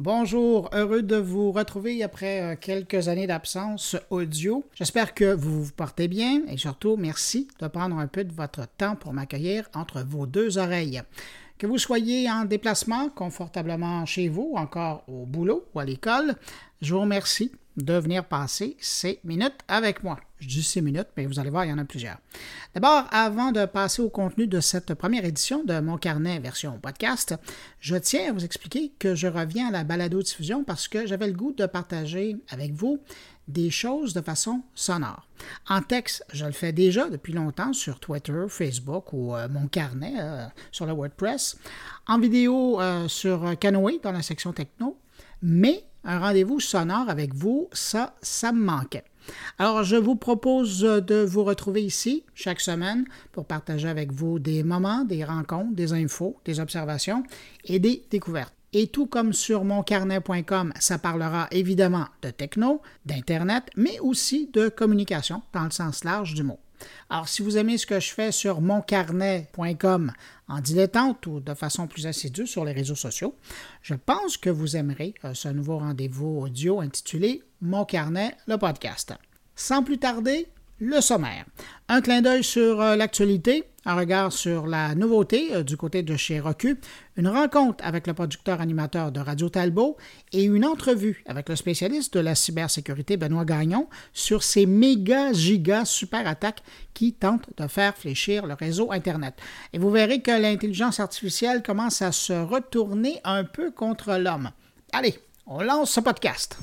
Bonjour, heureux de vous retrouver après quelques années d'absence audio. J'espère que vous vous portez bien et surtout, merci de prendre un peu de votre temps pour m'accueillir entre vos deux oreilles. Que vous soyez en déplacement, confortablement chez vous, encore au boulot ou à l'école, je vous remercie de venir passer ces minutes avec moi. Je dis 6 minutes, mais vous allez voir, il y en a plusieurs. D'abord, avant de passer au contenu de cette première édition de Mon Carnet version podcast, je tiens à vous expliquer que je reviens à la balado-diffusion parce que j'avais le goût de partager avec vous des choses de façon sonore. En texte, je le fais déjà depuis longtemps sur Twitter, Facebook ou Mon Carnet sur le WordPress. En vidéo sur Canoë dans la section techno, mais un rendez-vous sonore avec vous, ça me manquait. Alors, je vous propose de vous retrouver ici chaque semaine pour partager avec vous des moments, des rencontres, des infos, des observations et des découvertes. Et tout comme sur moncarnet.com, ça parlera évidemment de techno, d'Internet, mais aussi de communication dans le sens large du mot. Alors, si vous aimez ce que je fais sur moncarnet.com en dilettante ou de façon plus assidue sur les réseaux sociaux, je pense que vous aimerez ce nouveau rendez-vous audio intitulé Mon Carnet, le podcast. Sans plus tarder, le sommaire. Un clin d'œil sur l'actualité, un regard sur la nouveauté du côté de chez Roku, une rencontre avec le producteur-animateur de Radio Talbot et une entrevue avec le spécialiste de la cybersécurité Benoît Gagnon sur ces méga-giga super attaques qui tentent de faire fléchir le réseau Internet. Et vous verrez que l'intelligence artificielle commence à se retourner un peu contre l'homme. Allez, on lance ce podcast.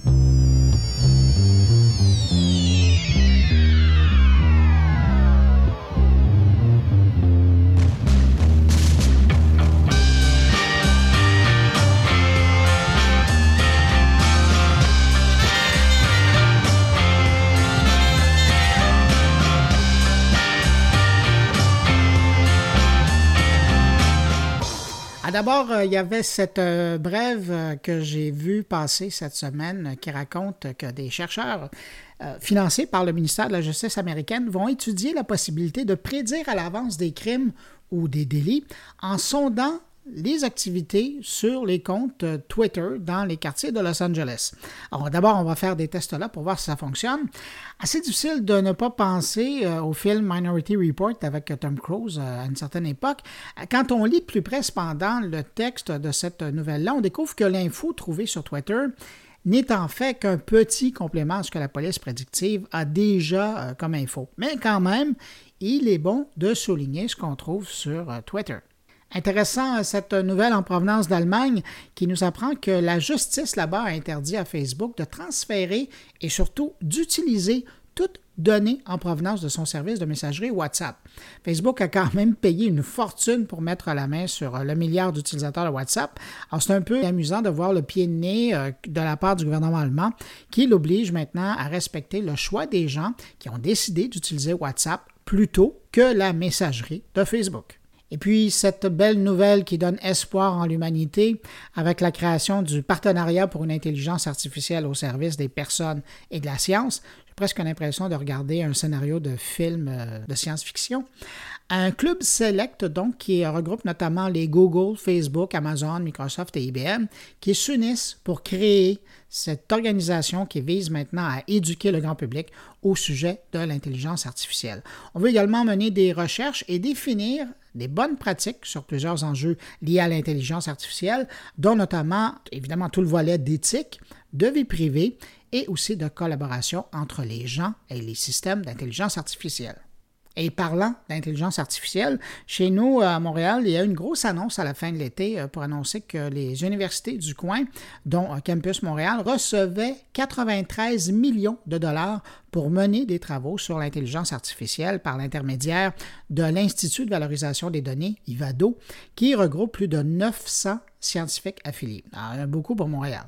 D'abord, il y avait cette brève que j'ai vue passer cette semaine qui raconte que des chercheurs financés par le ministère de la Justice américaine vont étudier la possibilité de prédire à l'avance des crimes ou des délits en sondant les activités sur les comptes Twitter dans les quartiers de Los Angeles. Alors d'abord, on va faire des tests là pour voir si ça fonctionne. Assez difficile de ne pas penser au film Minority Report avec Tom Cruise à une certaine époque. Quand on lit de plus près cependant le texte de cette nouvelle-là, on découvre que l'info trouvée sur Twitter n'est en fait qu'un petit complément à ce que la police prédictive a déjà comme info. Mais quand même, il est bon de souligner ce qu'on trouve sur Twitter. Intéressant, cette nouvelle en provenance d'Allemagne qui nous apprend que la justice là-bas a interdit à Facebook de transférer et surtout d'utiliser toute donnée en provenance de son service de messagerie WhatsApp. Facebook a quand même payé une fortune pour mettre la main sur le milliard d'utilisateurs de WhatsApp. Alors c'est un peu amusant de voir le pied de nez de la part du gouvernement allemand qui l'oblige maintenant à respecter le choix des gens qui ont décidé d'utiliser WhatsApp plutôt que la messagerie de Facebook. Et puis, cette belle nouvelle qui donne espoir en l'humanité avec la création du partenariat pour une intelligence artificielle au service des personnes et de la science. J'ai presque l'impression de regarder un scénario de film de science-fiction. Un club select, donc, qui regroupe notamment les Google, Facebook, Amazon, Microsoft et IBM, qui s'unissent pour créer cette organisation qui vise maintenant à éduquer le grand public au sujet de l'intelligence artificielle. On veut également mener des recherches et définir des bonnes pratiques sur plusieurs enjeux liés à l'intelligence artificielle, dont notamment, évidemment, tout le volet d'éthique, de vie privée et aussi de collaboration entre les gens et les systèmes d'intelligence artificielle. Et parlant d'intelligence artificielle, chez nous à Montréal, il y a une grosse annonce à la fin de l'été pour annoncer que les universités du coin, dont Campus Montréal, recevaient 93 millions de dollars pour mener des travaux sur l'intelligence artificielle par l'intermédiaire de l'Institut de valorisation des données, IVADO, qui regroupe plus de 900 scientifiques affiliés. Alors, beaucoup pour Montréal.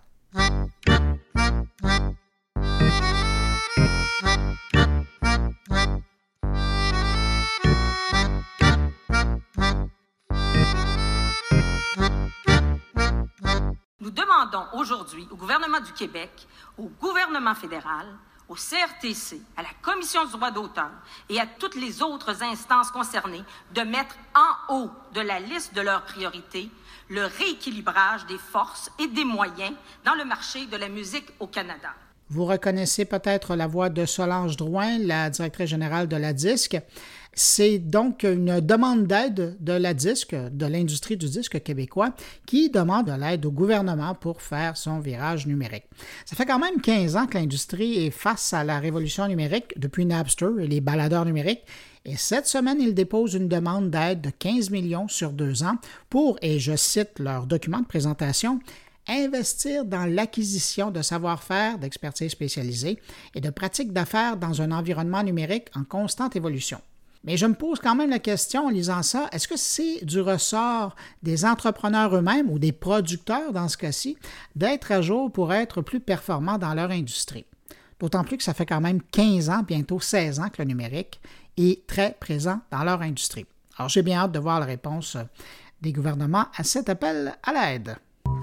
Nous demandons aujourd'hui au gouvernement du Québec, au gouvernement fédéral, au CRTC, à la Commission du droit d'auteur et à toutes les autres instances concernées de mettre en haut de la liste de leurs priorités le rééquilibrage des forces et des moyens dans le marché de la musique au Canada. Vous reconnaissez peut-être la voix de Solange Drouin, la directrice générale de la Disque. C'est donc une demande d'aide de la Disque, de l'industrie du disque québécois, qui demande de l'aide au gouvernement pour faire son virage numérique. Ça fait quand même 15 ans que l'industrie est face à la révolution numérique depuis Napster et les baladeurs numériques. Et cette semaine, ils déposent une demande d'aide de 15 millions sur 2 ans pour, et je cite leur document de présentation, investir dans l'acquisition de savoir-faire, d'expertise spécialisée et de pratiques d'affaires dans un environnement numérique en constante évolution. Mais je me pose quand même la question en lisant ça, est-ce que c'est du ressort des entrepreneurs eux-mêmes ou des producteurs dans ce cas-ci d'être à jour pour être plus performants dans leur industrie? D'autant plus que ça fait quand même 15 ans, bientôt 16 ans que le numérique est très présent dans leur industrie. Alors j'ai bien hâte de voir la réponse des gouvernements à cet appel à l'aide.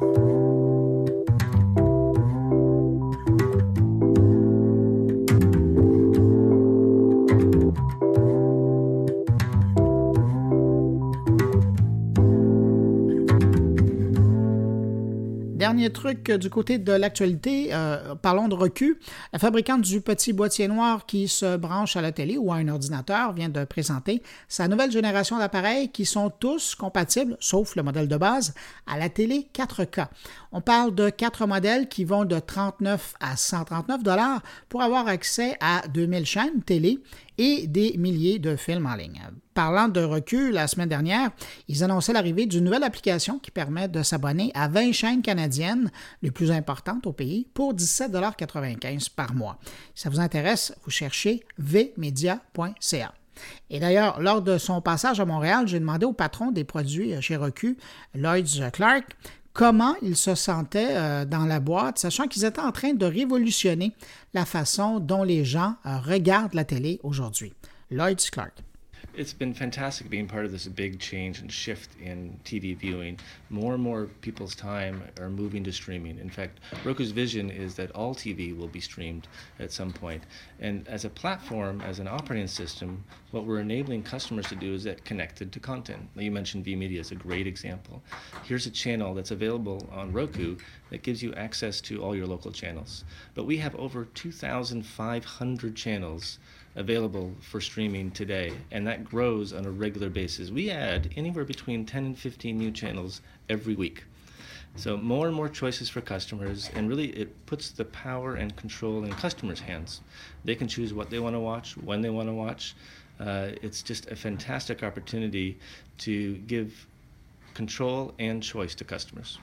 Dernier truc du côté de l'actualité, parlons de Roku. La fabricante du petit boîtier noir qui se branche à la télé ou à un ordinateur vient de présenter sa nouvelle génération d'appareils qui sont tous compatibles, sauf le modèle de base, à la télé 4K. On parle de 4 modèles qui vont de 39 à 139 $ pour avoir accès à 2000 chaînes télé et des milliers de films en ligne. Parlant de Roku, la semaine dernière, ils annonçaient l'arrivée d'une nouvelle application qui permet de s'abonner à 20 chaînes canadiennes, les plus importantes au pays, pour 17,95 $ par mois. Si ça vous intéresse, vous cherchez vmedia.ca. Et d'ailleurs, lors de son passage à Montréal, j'ai demandé au patron des produits chez Roku, Lloyd Clark, comment ils se sentaient dans la boîte, sachant qu'ils étaient en train de révolutionner la façon dont les gens regardent la télé aujourd'hui. Lloyd Clark. It's been fantastic being part of this big change and shift in TV viewing. More and more people's time are moving to streaming. In fact, Roku's vision is that all TV will be streamed at some point. And as a platform, as an operating system, what we're enabling customers to do is get connected to content. You mentioned vMedia as a great example. Here's a channel that's available on Roku that gives you access to all your local channels. But we have over 2,500 channels available for streaming today, and that grows on a regular basis. We add anywhere between 10 and 15 new channels every week. So more and more choices for customers, and really it puts the power and control in customers' hands. They can choose what they want to watch, when they want to watch. It's just a fantastic opportunity to give control and choice to customers.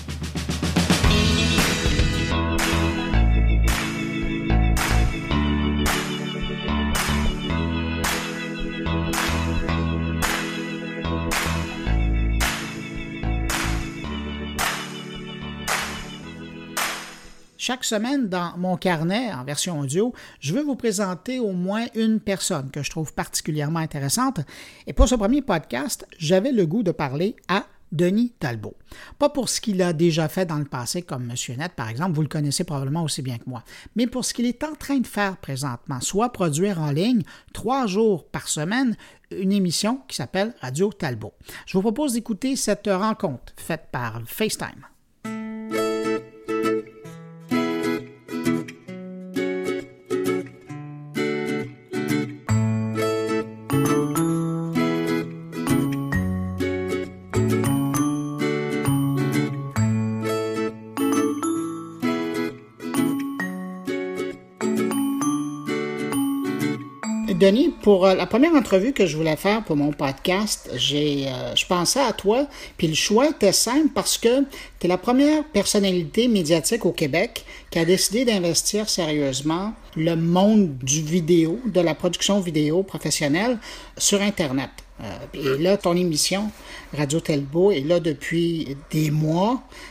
Chaque semaine, dans mon carnet, en version audio, je veux vous présenter au moins une personne que je trouve particulièrement intéressante. Et pour ce premier podcast, j'avais le goût de parler à Denis Talbot. Pas pour ce qu'il a déjà fait dans le passé, comme Monsieur Net, par exemple, vous le connaissez probablement aussi bien que moi, mais pour ce qu'il est en train de faire présentement, soit produire en ligne 3 jours par semaine une émission qui s'appelle Radio Talbot. Je vous propose d'écouter cette rencontre faite par FaceTime. Denis, pour la première entrevue que je voulais faire pour mon podcast, je pensais à toi, puis le choix était simple parce que tu es la première personnalité médiatique au Québec qui a décidé d'investir sérieusement le monde du vidéo, de la production vidéo professionnelle sur Internet. Et là, ton émission, Radio Talbot, est là depuis des mois.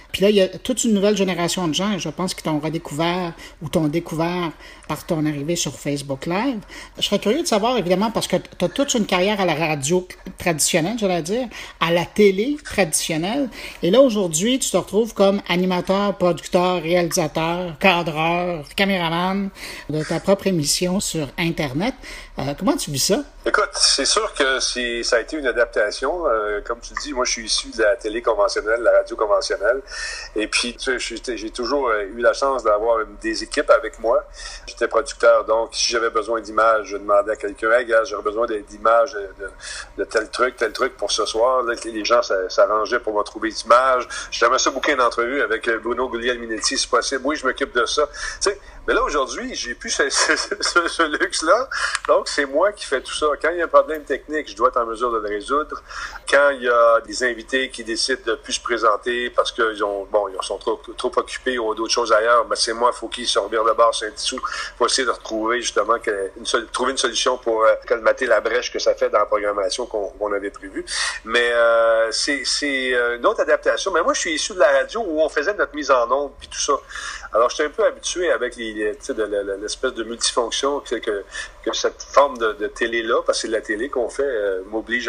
Puis là, il y a toute une nouvelle génération de gens, je pense, qui t'ont redécouvert ou t'ont découvert par ton arrivée sur Facebook Live. Je serais curieux de savoir, évidemment, parce que tu as toute une carrière à la radio traditionnelle, j'allais dire, à la télé traditionnelle. Et là, aujourd'hui, tu te retrouves comme animateur, producteur, réalisateur, cadreur, caméraman de ta propre émission sur Internet. Comment tu vis ça? Écoute, c'est sûr que ça a été une adaptation. Comme tu le dis, moi, je suis issu de la télé conventionnelle, de la radio conventionnelle. Et puis, tu sais, j'ai toujours eu la chance d'avoir des équipes avec moi. J'étais producteur, donc si j'avais besoin d'images, je demandais à quelqu'un, hey, gars, j'aurais besoin d'images de tel truc pour ce soir. Là, les gens s'arrangeaient pour me trouver des images. J'aimerais ça booker une entrevue avec Bruno Guglielminetti, si possible. Oui, je m'occupe de ça. Tu sais, mais là, aujourd'hui, j'ai plus ce luxe-là. Donc, c'est moi qui fais tout ça. Quand il y a un problème technique, je dois être en mesure de le résoudre. Quand il y a des invités qui décident de plus se présenter parce qu'ils sont trop occupés ou ont d'autres choses ailleurs, ben c'est moi, il faut qu'ils se revirent de bord sur un petit sou. Il faut essayer de retrouver, justement, trouver une solution pour colmater la brèche que ça fait dans la programmation qu'on avait prévue. Mais c'est une autre adaptation. Mais moi, je suis issu de la radio où on faisait notre mise en onde puis tout ça. Alors, j'étais un peu habitué avec l'espèce de multifonction que cette forme de télé-là, parce que c'est de la télé qu'on fait, m'oblige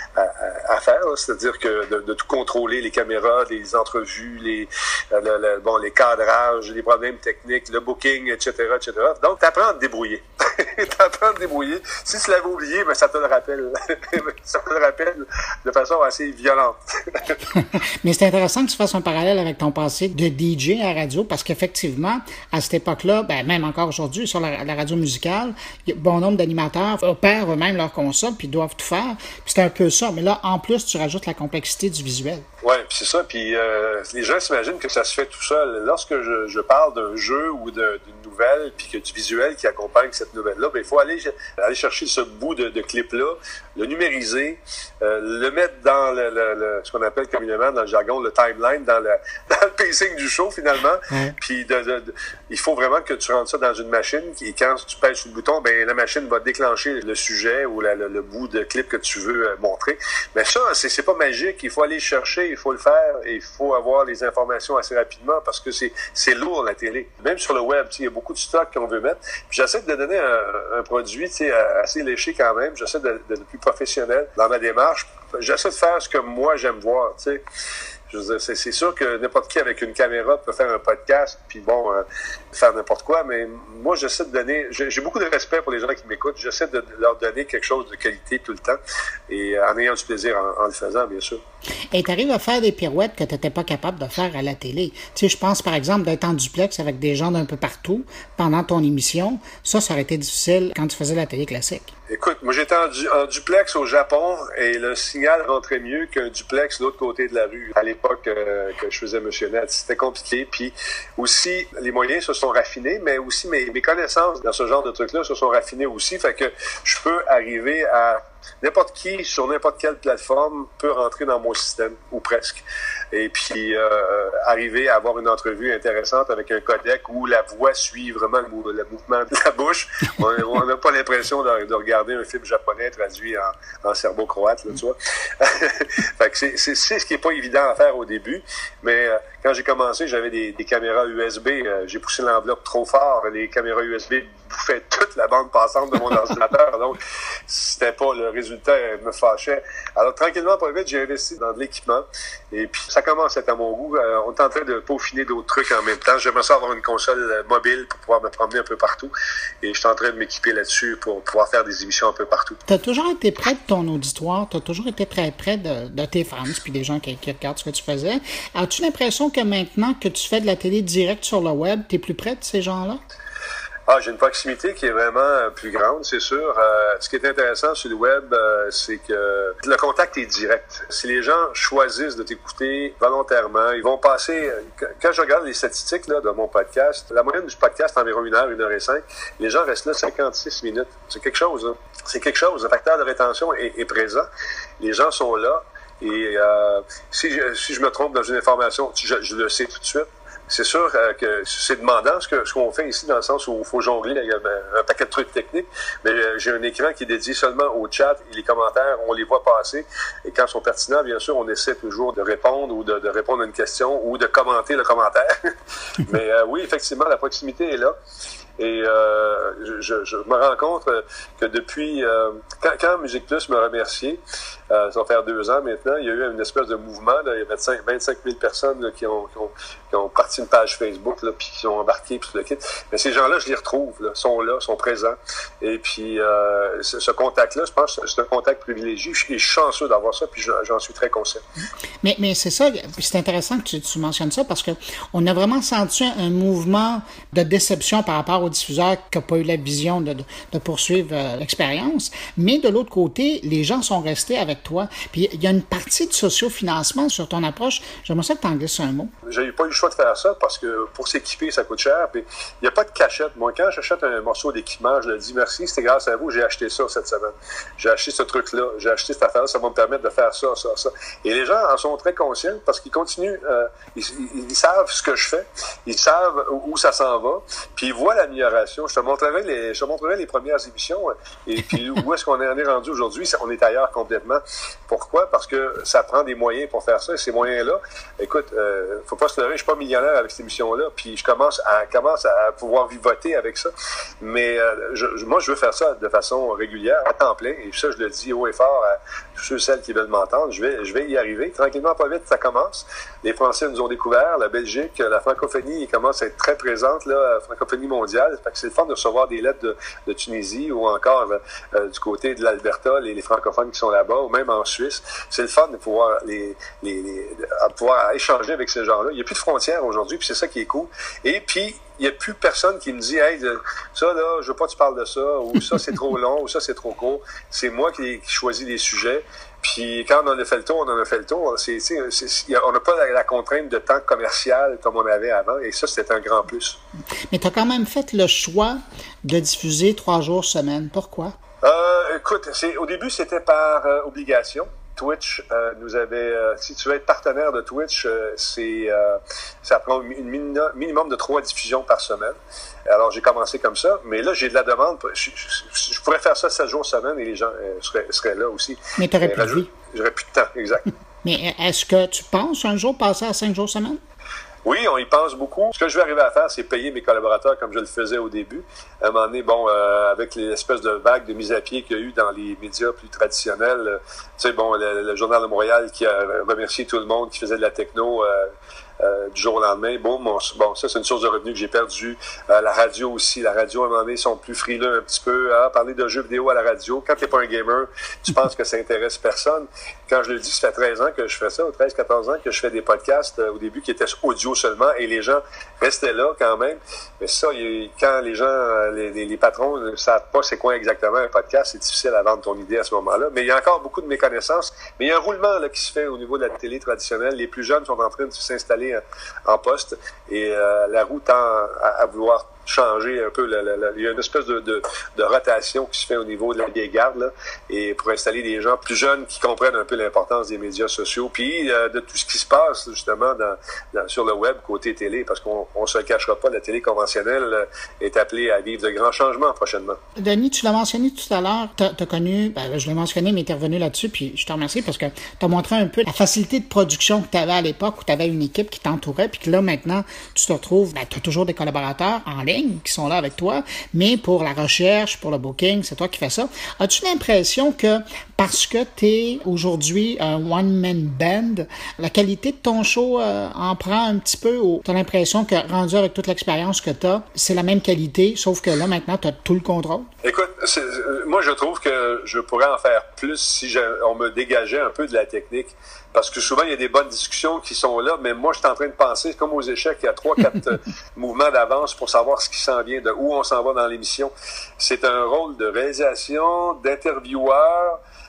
à faire. C'est-à-dire que de tout contrôler, les caméras, les entrevues, les cadrages, les problèmes techniques, le booking, etc. Donc, t'apprends à te débrouiller. T'apprends à te débrouiller. Si tu l'avais oublié, ben, ça te le rappelle. Ça te le rappelle de façon assez violente. Mais c'est intéressant que tu fasses un parallèle avec ton passé de DJ à radio, parce qu'effectivement, à cette époque-là, ben, même encore aujourd'hui, sur la radio musicale, il y a bon nombre d'animateurs opèrent eux-mêmes leur console puis doivent tout faire. Puis c'est un peu ça. Mais là, en plus, tu rajoutes la complexité du visuel. Oui, puis c'est ça. Puis les gens s'imaginent que ça se fait tout seul. Lorsque je parle d'un jeu ou d'une nouvelle, puis qu'il y a du visuel qui accompagne cette nouvelle-là, ben il faut aller chercher ce bout de clip-là, le numériser, le mettre dans ce qu'on appelle communément dans le jargon le timeline, dans le pacing du show finalement. Puis il faut vraiment que tu rentres ça dans une machine et quand tu pèses sur le bouton, ben la machine va déclencher le sujet ou le bout de clip que tu veux montrer. Mais ça, c'est pas magique. Il faut aller chercher, il faut le faire et il faut avoir les informations assez rapidement parce que c'est lourd la télé. Même sur le web, il y a beaucoup de stock qu'on veut mettre. Puis j'essaie de donner un produit assez léché quand même. J'essaie d'être plus professionnel dans ma démarche. J'essaie de faire ce que moi j'aime voir, tu sais. Je veux dire, c'est sûr que n'importe qui avec une caméra peut faire un podcast, puis faire n'importe quoi, mais moi, j'essaie de donner... J'ai beaucoup de respect pour les gens qui m'écoutent. J'essaie de leur donner quelque chose de qualité tout le temps, et en ayant du plaisir en le faisant, bien sûr. Et tu arrives à faire des pirouettes que tu n'étais pas capable de faire à la télé. Tu sais, je pense, par exemple, d'être en duplex avec des gens d'un peu partout pendant ton émission. Ça aurait été difficile quand tu faisais la télé classique. Écoute, moi j'étais en duplex au Japon et le signal rentrait mieux qu'un duplex de l'autre côté de la rue. À l'époque que je faisais Monsieur Net, c'était compliqué. Puis aussi, les moyens se sont raffinés, mais aussi mes connaissances dans ce genre de trucs-là se sont raffinées aussi. Fait que je peux arriver à... N'importe qui, sur n'importe quelle plateforme, peut rentrer dans mon système, ou presque. Et puis, arriver à avoir une entrevue intéressante avec un codec où la voix suit vraiment le mouvement de la bouche. On n'a pas l'impression de regarder un film japonais traduit en serbo-croate, là, tu vois. Fait que c'est ce qui est pas évident à faire au début, mais quand j'ai commencé, j'avais des caméras USB. J'ai poussé l'enveloppe trop fort. Les caméras USB bouffaient toute la bande passante de mon ordinateur. Donc, c'était pas le résultat me fâchait. Alors, tranquillement, pas vite, j'ai investi dans de l'équipement. Et puis, ça commence à être à mon goût. On est en train de peaufiner d'autres trucs en même temps. J'aimerais ça avoir une console mobile pour pouvoir me promener un peu partout. Et je suis en train de m'équiper là-dessus pour pouvoir faire des émissions un peu partout. Tu as toujours été près de ton auditoire. Tu as toujours été très près de tes fans puis des gens qui regardent ce que tu faisais. As-tu l'impression que maintenant que tu fais de la télé directe sur le web, tu es plus près de ces gens-là? J'ai une proximité qui est vraiment plus grande, c'est sûr. Ce qui est intéressant sur le web, c'est que le contact est direct. Si les gens choisissent de t'écouter volontairement, ils vont passer... Quand je regarde les statistiques là, de mon podcast, la moyenne du podcast, environ 1h05, les gens restent là 56 minutes. C'est quelque chose, hein? C'est quelque chose. Le facteur de rétention est présent. Les gens sont là. Et si je me trompe dans une information, je le sais tout de suite. c'est sûr que c'est demandant ce qu'on fait ici, dans le sens où il faut jongler avec un paquet de trucs techniques, mais j'ai un écran qui est dédié seulement au chat et les commentaires, on les voit passer, et quand ils sont pertinents, bien sûr, on essaie toujours de répondre ou de répondre à une question ou de commenter le commentaire. Mais oui, effectivement, la proximité est là. Et je me rends compte que depuis quand Musique Plus m'a remercié, ça va faire 2 ans maintenant, il y a eu une espèce de mouvement, là, il y a 25 000 personnes là, qui ont parti une page Facebook, là, puis qui sont embarquées, puis tout le kit. Mais ces gens-là, je les retrouve, là, sont présents. Et puis ce contact-là, je pense que c'est un contact privilégié. Je suis chanceux d'avoir ça, puis j'en suis très conscient. Mais c'est ça, c'est intéressant que tu mentionnes ça, parce que on a vraiment senti un mouvement de déception par rapport aux diffuseurs qui n'ont pas eu la vision de poursuivre l'expérience. Mais de l'autre côté, les gens sont restés avec toi. Puis il y a une partie de sociofinancement sur ton approche. J'aimerais ça que tu en glisses un mot. J'ai pas eu le choix de faire ça parce que pour s'équiper, ça coûte cher. Puis il n'y a pas de cachette. Moi, quand j'achète un morceau d'équipement, je le dis merci, c'était grâce à vous, j'ai acheté ça cette semaine. J'ai acheté ce truc-là, j'ai acheté cette affaire-là, ça va me permettre de faire ça. Et les gens en sont très conscients parce qu'ils continuent, ils savent ce que je fais, ils savent où ça s'en va, puis ils voient l'amélioration. Je te montrerai les premières émissions et puis où est-ce qu'on en est rendu aujourd'hui. On est ailleurs complètement. Pourquoi? Parce que ça prend des moyens pour faire ça. Et ces moyens-là, écoute, faut pas se leurrer, je suis pas millionnaire avec cette émission-là, puis je commence à pouvoir vivoter avec ça. Mais moi, je veux faire ça de façon régulière, à temps plein, et ça, je le dis haut et fort à tous ceux et celles qui veulent m'entendre. Je vais y arriver. Tranquillement, pas vite, ça commence. Les Français nous ont découvert, la Belgique, la francophonie commence à être très présente, là, francophonie mondiale. Fait que c'est le fun de recevoir des lettres de Tunisie ou encore du côté de l'Alberta, les francophones qui sont là-bas, ou même en Suisse. C'est le fun de pouvoir pouvoir échanger avec ces gens-là. Il n'y a plus de frontières aujourd'hui, puis c'est ça qui est cool. Et puis, il n'y a plus personne qui me dit « Hey, ça, là, je veux pas que tu parles de ça », ou « ça, c'est trop long », ou « ça, c'est trop court ». C'est moi qui choisis les sujets. Puis quand on en a fait le tour, on en a fait le tour. On n'a pas la contrainte de temps commercial comme on avait avant, et ça, c'était un grand plus. Mais tu as quand même fait le choix de diffuser 3 jours semaine. Pourquoi? Écoute, au début, c'était par obligation. Twitch nous avait... si tu veux être partenaire de Twitch, ça prend un minimum de 3 diffusions par semaine. Alors, j'ai commencé comme ça, mais là, j'ai de la demande. Je pourrais faire ça 7 jours semaine et les gens seraient là aussi. Mais tu n'aurais plus de vie. J'aurais plus de temps, exact. Mais est-ce que tu penses un jour passer à 5 jours semaine? Oui, on y pense beaucoup. Ce que je vais arriver à faire, c'est payer mes collaborateurs comme je le faisais au début. À un moment donné, avec l'espèce de vague de mise à pied qu'il y a eu dans les médias plus traditionnels, le Journal de Montréal qui a remercié tout le monde qui faisait de la techno du jour au lendemain. Ça, c'est une source de revenus que j'ai perdue. La radio aussi. La radio, à un moment donné, sont plus frileux un petit peu. Parler de jeux vidéo à la radio. Quand t'es pas un gamer, tu penses que ça intéresse personne. Quand je le dis, ça fait 13 ans que je fais ça, 13-14 ans que je fais des podcasts au début qui étaient audio seulement et les gens restaient là quand même. Mais ça, quand les gens, les patrons ne savent pas c'est quoi exactement un podcast, c'est difficile à vendre ton idée à ce moment-là. Mais il y a encore beaucoup de méconnaissances. Mais il y a un roulement là, qui se fait au niveau de la télé traditionnelle. Les plus jeunes sont en train de s'installer en poste et la roue tend à vouloir changer un peu. Il y a une espèce de rotation qui se fait au niveau de la vieille garde là, et pour installer des gens plus jeunes qui comprennent un peu l'importance des médias sociaux, puis de tout ce qui se passe justement sur le web côté télé, parce qu'on se le cachera pas, la télé conventionnelle est appelée à vivre de grands changements prochainement. Denis, tu l'as mentionné tout à l'heure, t'as connu, je l'ai mentionné, mais t'es revenu là-dessus, puis je te remercie parce que t'as montré un peu la facilité de production que t'avais à l'époque, où t'avais une équipe qui t'entourait, puis que là maintenant, tu te retrouves, t'as toujours des collaborateurs en ligne qui sont là avec toi, mais pour la recherche, pour le booking, c'est toi qui fais ça. As-tu l'impression que parce que tu es aujourd'hui un one-man band, la qualité de ton show en prend un petit peu, ou tu as l'impression que rendu avec toute l'expérience que tu as, c'est la même qualité, sauf que là maintenant tu as tout le contrôle? Écoute, moi je trouve que je pourrais en faire plus si on me dégageait un peu de la technique. Parce que souvent, il y a des bonnes discussions qui sont là, mais moi, je suis en train de penser, comme aux échecs, il y a 3-4 mouvements d'avance pour savoir ce qui s'en vient, de où on s'en va dans l'émission. C'est un rôle de réalisation, d'intervieweur,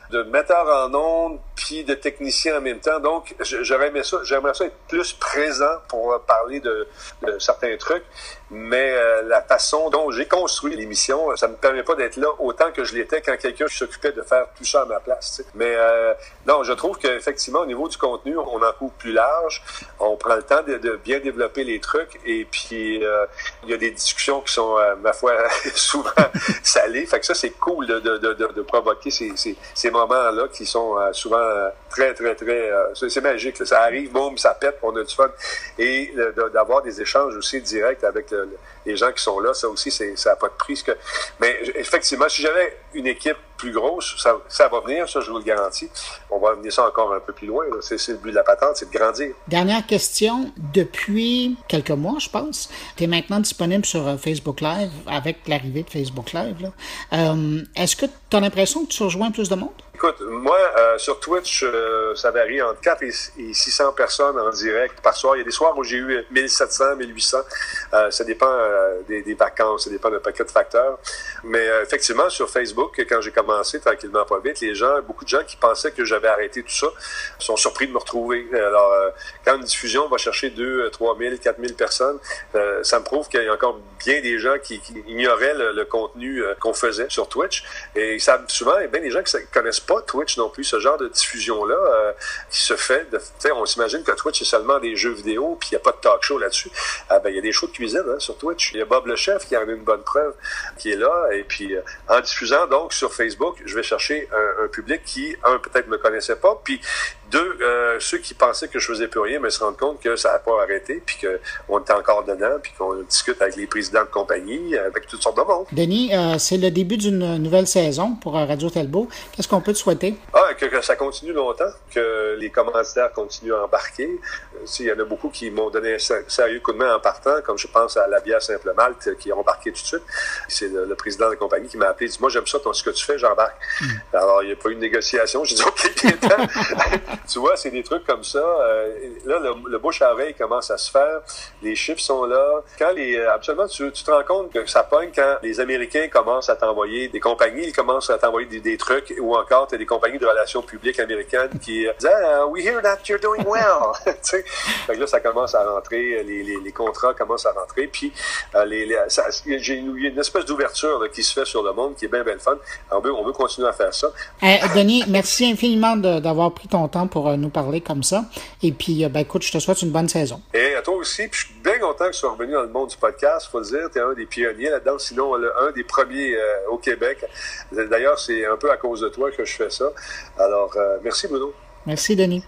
de metteurs en ondes puis de techniciens en même temps. Donc, j'aimerais ça être plus présent pour parler de certains trucs. Mais la façon dont j'ai construit l'émission, ça me permet pas d'être là autant que je l'étais quand quelqu'un s'occupait de faire tout ça à ma place. T'sais. Mais non, je trouve qu'effectivement, au niveau du contenu, on en couvre plus large. On prend le temps de bien développer les trucs. Et puis, il y a des discussions qui sont, ma foi, souvent salées. Fait que ça, c'est cool de provoquer ces moments-là qui sont souvent très, très, très... c'est magique. Là. Ça arrive, boum, ça pète, on a du fun. Et d'avoir des échanges aussi directs avec les gens qui sont là, ça aussi, ça n'a pas de prix. Mais effectivement, si j'avais une équipe plus grosse, ça va venir, ça, je vous le garantis. On va amener ça encore un peu plus loin. Là. C'est le but de la patente, c'est de grandir. Dernière question. Depuis quelques mois, je pense, tu es maintenant disponible sur Facebook Live avec l'arrivée de Facebook Live. Là. Est-ce que tu as l'impression que tu rejoins plus de monde? Écoute, moi, sur Twitch, ça varie entre 4 et 600 personnes en direct par soir. Il y a des soirs où j'ai eu 1700, 1800. Ça dépend des vacances, ça dépend d'un paquet de facteurs. Mais effectivement, sur Facebook, quand j'ai commencé tranquillement pas vite, beaucoup de gens qui pensaient que j'avais arrêté tout ça sont surpris de me retrouver. Alors, quand une diffusion va chercher 2, 3 000, 4 000 personnes, ça me prouve qu'il y a encore bien des gens qui ignoraient le contenu qu'on faisait sur Twitch. Et ça, souvent, il y a bien des gens qui ne connaissent pas Twitch non plus, ce genre de diffusion-là qui se fait. On s'imagine que Twitch, c'est seulement des jeux vidéo, puis il n'y a pas de talk show là-dessus. Il y a des shows de cuisine sur Twitch. Il y a Bob le chef qui en a une bonne preuve, qui est là. Et puis, en diffusant donc sur Facebook, je vais chercher un public qui, peut-être me connaissait pas, puis deux, ceux qui pensaient que je faisais plus rien, mais se rendent compte que ça n'a pas arrêté, puis qu'on était encore dedans, puis qu'on discute avec les présidents de compagnie, avec toutes sortes de monde. Denis, c'est le début d'une nouvelle saison pour Radio Talbot. Qu'est-ce qu'on peut te souhaiter? Que ça continue longtemps, que les commanditaires continuent à embarquer. Il y en a beaucoup qui m'ont donné un sérieux coup de main en partant, comme je pense à la bière Simple Malte, qui ont embarqué tout de suite. C'est le président de la compagnie qui m'a appelé, il dit « Moi, j'aime ça, ce que tu fais, j'embarque. » Alors, il n'y a pas eu de négociation. J'ai dit « OK, bien temps. » Tu vois, c'est des trucs comme ça. Là, le bouche à oreille commence à se faire. Les chiffres sont là. Absolument, tu te rends compte que ça pogne quand les Américains commencent à t'envoyer des compagnies, ils commencent à t'envoyer des trucs, ou encore, tu as des compagnies de relations publiques américaines qui disent « We hear that you're doing well. » Tu sais, fait que là, ça commence à rentrer, les contrats commencent à rentrer, puis il y a une espèce d'ouverture là, qui se fait sur le monde, qui est bien, bien fun. On veut continuer à faire ça. Denis, merci infiniment d'avoir pris ton temps pour nous parler comme ça. Et puis, écoute, je te souhaite une bonne saison. Et à toi aussi. Puis je suis bien content que tu sois revenu dans le monde du podcast. Faut le dire, tu es un des pionniers là-dedans, sinon un des premiers au Québec. D'ailleurs, c'est un peu à cause de toi que je fais ça. Alors, merci Bruno. Merci Denis.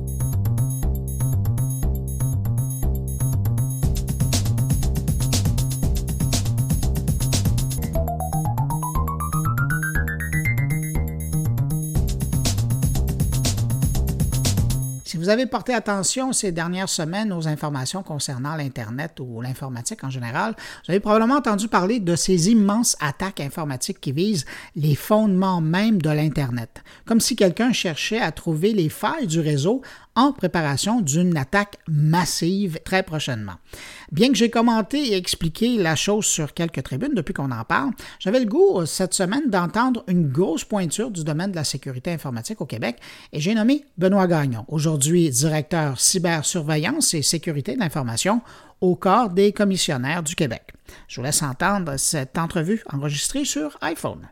Si vous avez porté attention ces dernières semaines aux informations concernant l'Internet ou l'informatique en général, vous avez probablement entendu parler de ces immenses attaques informatiques qui visent les fondements même de l'Internet, comme si quelqu'un cherchait à trouver les failles du réseau en préparation d'une attaque massive très prochainement. Bien que j'ai commenté et expliqué la chose sur quelques tribunes depuis qu'on en parle, j'avais le goût cette semaine d'entendre une grosse pointure du domaine de la sécurité informatique au Québec et j'ai nommé Benoît Gagnon, aujourd'hui directeur cybersurveillance et sécurité de l'information au Corps des commissionnaires du Québec. Je vous laisse entendre cette entrevue enregistrée sur iPhone.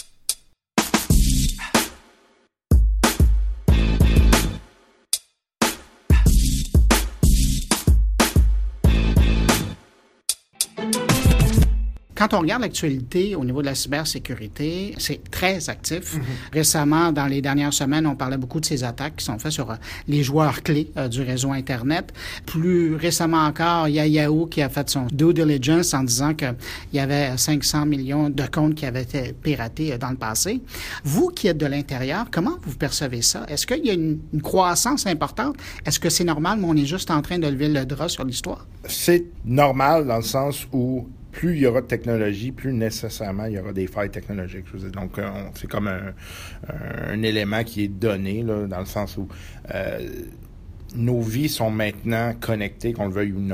Quand on regarde l'actualité au niveau de la cybersécurité, c'est très actif. Récemment, dans les dernières semaines, on parlait beaucoup de ces attaques qui sont faites sur les joueurs clés du réseau Internet. Plus récemment encore, il y a Yahoo qui a fait son due diligence en disant qu'il y avait 500 millions de comptes qui avaient été piratés dans le passé. Vous qui êtes de l'intérieur, comment vous percevez ça? Est-ce qu'il y a une croissance importante? Est-ce que c'est normal, mais on est juste en train de lever le drap sur l'histoire? C'est normal dans le sens où plus il y aura de technologie, plus nécessairement il y aura des failles technologiques. Je veux dire. Donc, c'est comme un élément qui est donné, là, dans le sens où nos vies sont maintenant connectées, qu'on le veuille ou non.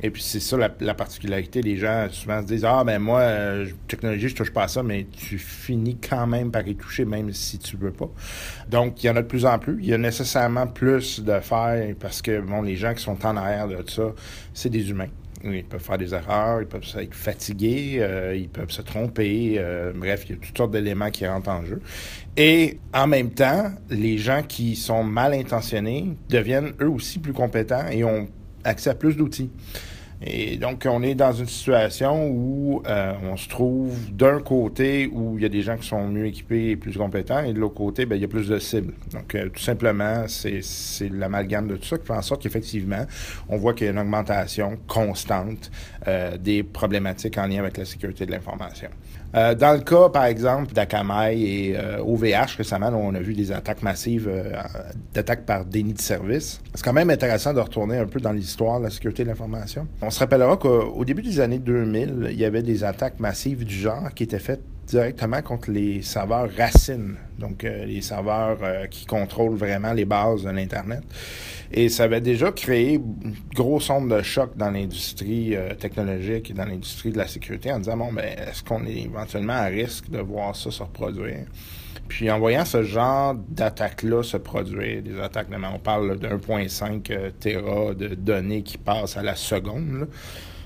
Et puis, c'est ça la particularité. Les gens souvent se disent « Ah, ben moi, technologie, je touche pas à ça », mais tu finis quand même par y toucher, même si tu veux pas. Donc, il y en a de plus en plus. Il y a nécessairement plus de faire parce que, bon, les gens qui sont en arrière de ça, c'est des humains. Ils peuvent faire des erreurs, ils peuvent être fatigués, ils peuvent se tromper. Bref, il y a toutes sortes d'éléments qui rentrent en jeu. Et en même temps, les gens qui sont mal intentionnés deviennent eux aussi plus compétents et ont accès à plus d'outils. Et donc, on est dans une situation où on se trouve d'un côté où il y a des gens qui sont mieux équipés et plus compétents, et de l'autre côté, bien, il y a plus de cibles. Donc, tout simplement, c'est l'amalgame de tout ça qui fait en sorte qu'effectivement, on voit qu'il y a une augmentation constante des problématiques en lien avec la sécurité de l'information. Dans le cas, par exemple, d'Akamai et OVH, récemment, là, on a vu des attaques massives, d'attaques par déni de service. C'est quand même intéressant de retourner un peu dans l'histoire de la sécurité de l'information. On se rappellera qu'au début des années 2000, il y avait des attaques massives du genre qui étaient faites directement contre les serveurs racines, donc les serveurs qui contrôlent vraiment les bases de l'Internet. Et ça avait déjà créé une grosse onde de choc dans l'industrie technologique et dans l'industrie de la sécurité en disant, bon, ben, est-ce qu'on est éventuellement à risque de voir ça se reproduire? Puis en voyant ce genre d'attaques-là se produire, des attaques, on parle de 1,5 Tera de données qui passent à la seconde, là,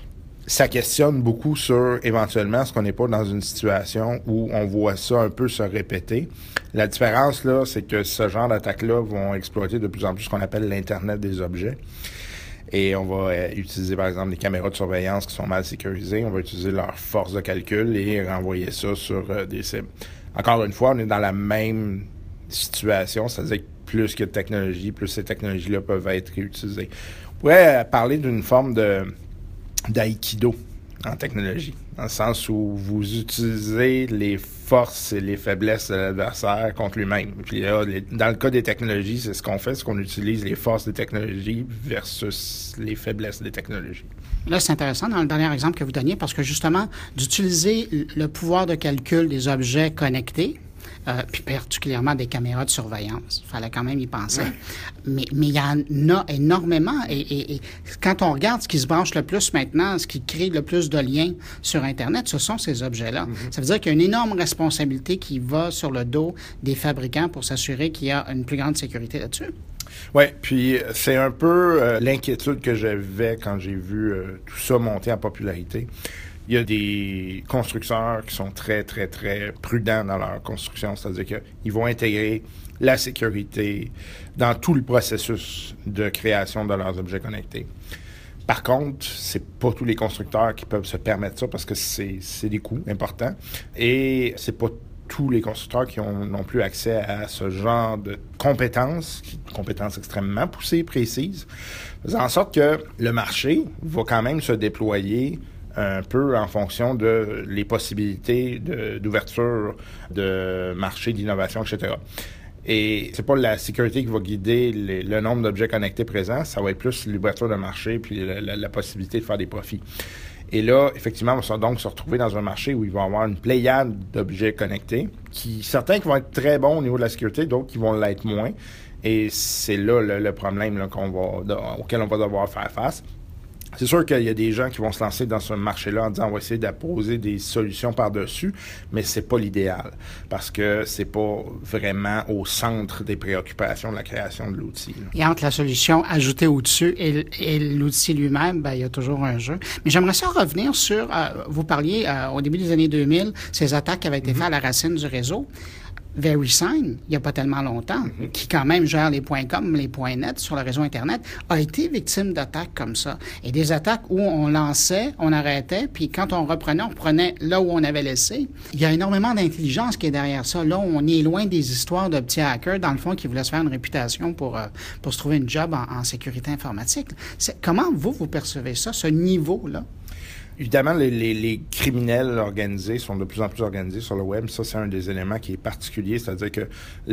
ça questionne beaucoup sur, éventuellement, est-ce qu'on n'est pas dans une situation où on voit ça un peu se répéter. La différence, là, c'est que ce genre d'attaques-là vont exploiter de plus en plus ce qu'on appelle l'Internet des objets. Et on va utiliser, par exemple, des caméras de surveillance qui sont mal sécurisées. On va utiliser leur force de calcul et renvoyer ça sur des cibles. Encore une fois, on est dans la même situation, c'est-à-dire que plus qu'il y a de technologie, plus ces technologies-là peuvent être réutilisées. On pourrait parler d'une forme d'aïkido en technologie, dans le sens où vous utilisez les forces et les faiblesses de l'adversaire contre lui-même. Puis là, dans le cas des technologies, c'est ce qu'on fait, c'est qu'on utilise les forces des technologies versus les faiblesses des technologies. Là, c'est intéressant dans le dernier exemple que vous donniez, parce que justement, d'utiliser le pouvoir de calcul des objets connectés, puis particulièrement des caméras de surveillance. Il fallait quand même y penser. Mais il y en a énormément. Et quand on regarde ce qui se branche le plus maintenant, ce qui crée le plus de liens sur Internet, ce sont ces objets-là. Mm-hmm. Ça veut dire qu'il y a une énorme responsabilité qui va sur le dos des fabricants pour s'assurer qu'il y a une plus grande sécurité là-dessus. Oui, puis c'est un peu l'inquiétude que j'avais quand j'ai vu tout ça monter en popularité. Il y a des constructeurs qui sont très, très, très prudents dans leur construction, c'est-à-dire qu'ils vont intégrer la sécurité dans tout le processus de création de leurs objets connectés. Par contre, c'est pas tous les constructeurs qui peuvent se permettre ça parce que c'est des coûts importants et c'est pas tous les constructeurs qui ont non plus accès à ce genre de compétences extrêmement poussées, précises, faisant en sorte que le marché va quand même se déployer un peu en fonction de les possibilités d'ouverture de marché, d'innovation, etc. Et c'est pas la sécurité qui va guider le nombre d'objets connectés présents, ça va être plus l'ouverture de marché puis la possibilité de faire des profits. Et là, effectivement, on va donc se retrouver dans un marché où il va y avoir une pléiade d'objets connectés, certains qui vont être très bons au niveau de la sécurité, d'autres qui vont l'être moins. Et c'est là le problème là, auquel on va devoir faire face. C'est sûr qu'il y a des gens qui vont se lancer dans ce marché-là en disant on va essayer d'apposer des solutions par-dessus, mais c'est pas l'idéal parce que c'est pas vraiment au centre des préoccupations de la création de l'outil. Et entre la solution ajoutée au-dessus et l'outil lui-même, ben, il y a toujours un jeu. Mais j'aimerais ça revenir sur, vous parliez au début des années 2000, ces attaques qui avaient été faites à la racine du réseau. VeriSign, il n'y a pas tellement longtemps, qui quand même gère les .com, les .net sur le réseau Internet, a été victime d'attaques comme ça. Et des attaques où on lançait, on arrêtait, puis quand on reprenait là où on avait laissé. Il y a énormément d'intelligence qui est derrière ça. Là, on est loin des histoires de petits hackers, dans le fond, qui voulaient se faire une réputation pour se trouver une job en sécurité informatique. Comment vous percevez ça, ce niveau-là? Évidemment, les criminels organisés sont de plus en plus organisés sur le web. Ça, c'est un des éléments qui est particulier, c'est-à-dire que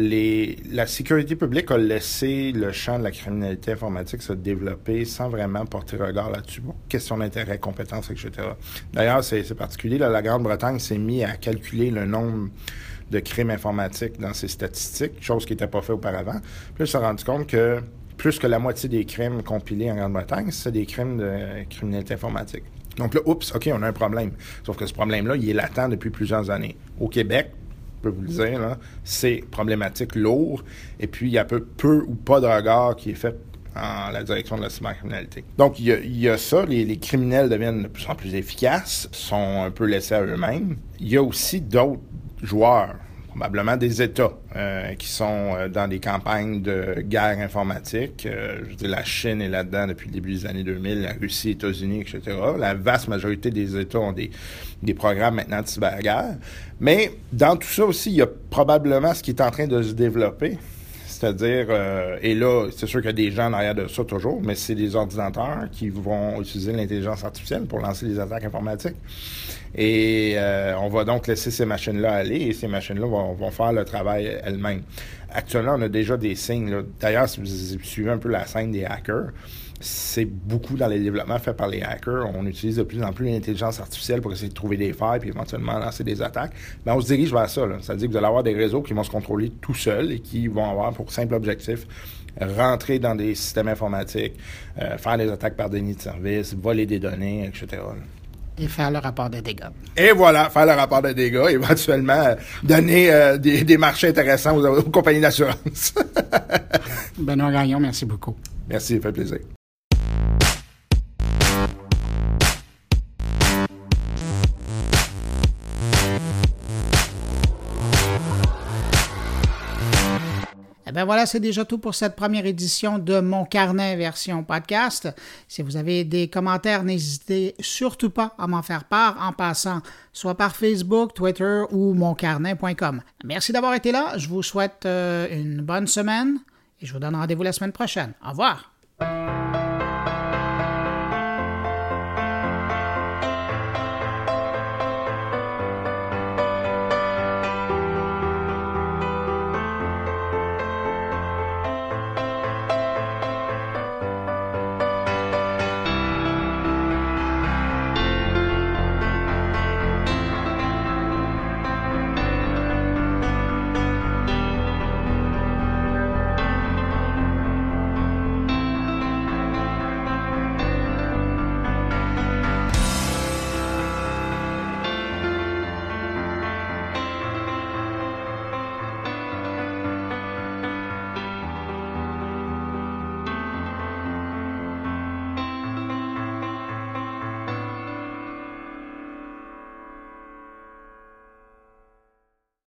la sécurité publique a laissé le champ de la criminalité informatique se développer sans vraiment porter regard là-dessus. Bon, question d'intérêt, compétences, etc. D'ailleurs, c'est particulier. Là, la Grande-Bretagne s'est mis à calculer le nombre de crimes informatiques dans ses statistiques, chose qui n'était pas fait auparavant. Puis là, ils se sont rendus compte que plus que la moitié des crimes compilés en Grande-Bretagne, c'est des crimes de criminalité informatique. Donc là, oups, OK, on a un problème. Sauf que ce problème-là, il est latent depuis plusieurs années. Au Québec, je peux vous le dire, là, c'est problématique lourd. Et puis, il y a peu ou pas de regard qui est fait en la direction de la cybercriminalité. Donc, il y a ça. Les criminels deviennent de plus en plus efficaces, sont un peu laissés à eux-mêmes. Il y a aussi d'autres joueurs, probablement des États, qui sont dans des campagnes de guerre informatique. Je veux dire, la Chine est là-dedans depuis le début des années 2000, la Russie, les États-Unis, etc. La vaste majorité des États ont des programmes maintenant de cyberguerre. Mais dans tout ça aussi, il y a probablement ce qui est en train de se développer. C'est-à-dire, et là, c'est sûr qu'il y a des gens en arrière de ça toujours, mais c'est des ordinateurs qui vont utiliser l'intelligence artificielle pour lancer des attaques informatiques. Et on va donc laisser ces machines-là aller et ces machines-là vont faire le travail elles-mêmes. Actuellement, on a déjà des signes. Là. D'ailleurs, si vous suivez un peu la scène des hackers, c'est beaucoup dans les développements faits par les hackers. On utilise de plus en plus l'intelligence artificielle pour essayer de trouver des failles puis éventuellement lancer des attaques. Mais on se dirige vers ça. Là. C'est-à-dire que vous allez avoir des réseaux qui vont se contrôler tout seuls et qui vont avoir pour simple objectif rentrer dans des systèmes informatiques, faire des attaques par déni de service, voler des données, etc. Et faire le rapport de dégâts. Et voilà, faire le rapport de dégâts, éventuellement donner des marchés intéressants aux compagnies d'assurance. Benoît Gagnon, merci beaucoup. Merci, ça fait plaisir. Ben voilà, c'est déjà tout pour cette première édition de Mon Carnet version podcast. Si vous avez des commentaires, n'hésitez surtout pas à m'en faire part en passant soit par Facebook, Twitter ou moncarnet.com. Merci d'avoir été là. Je vous souhaite une bonne semaine et je vous donne rendez-vous la semaine prochaine. Au revoir.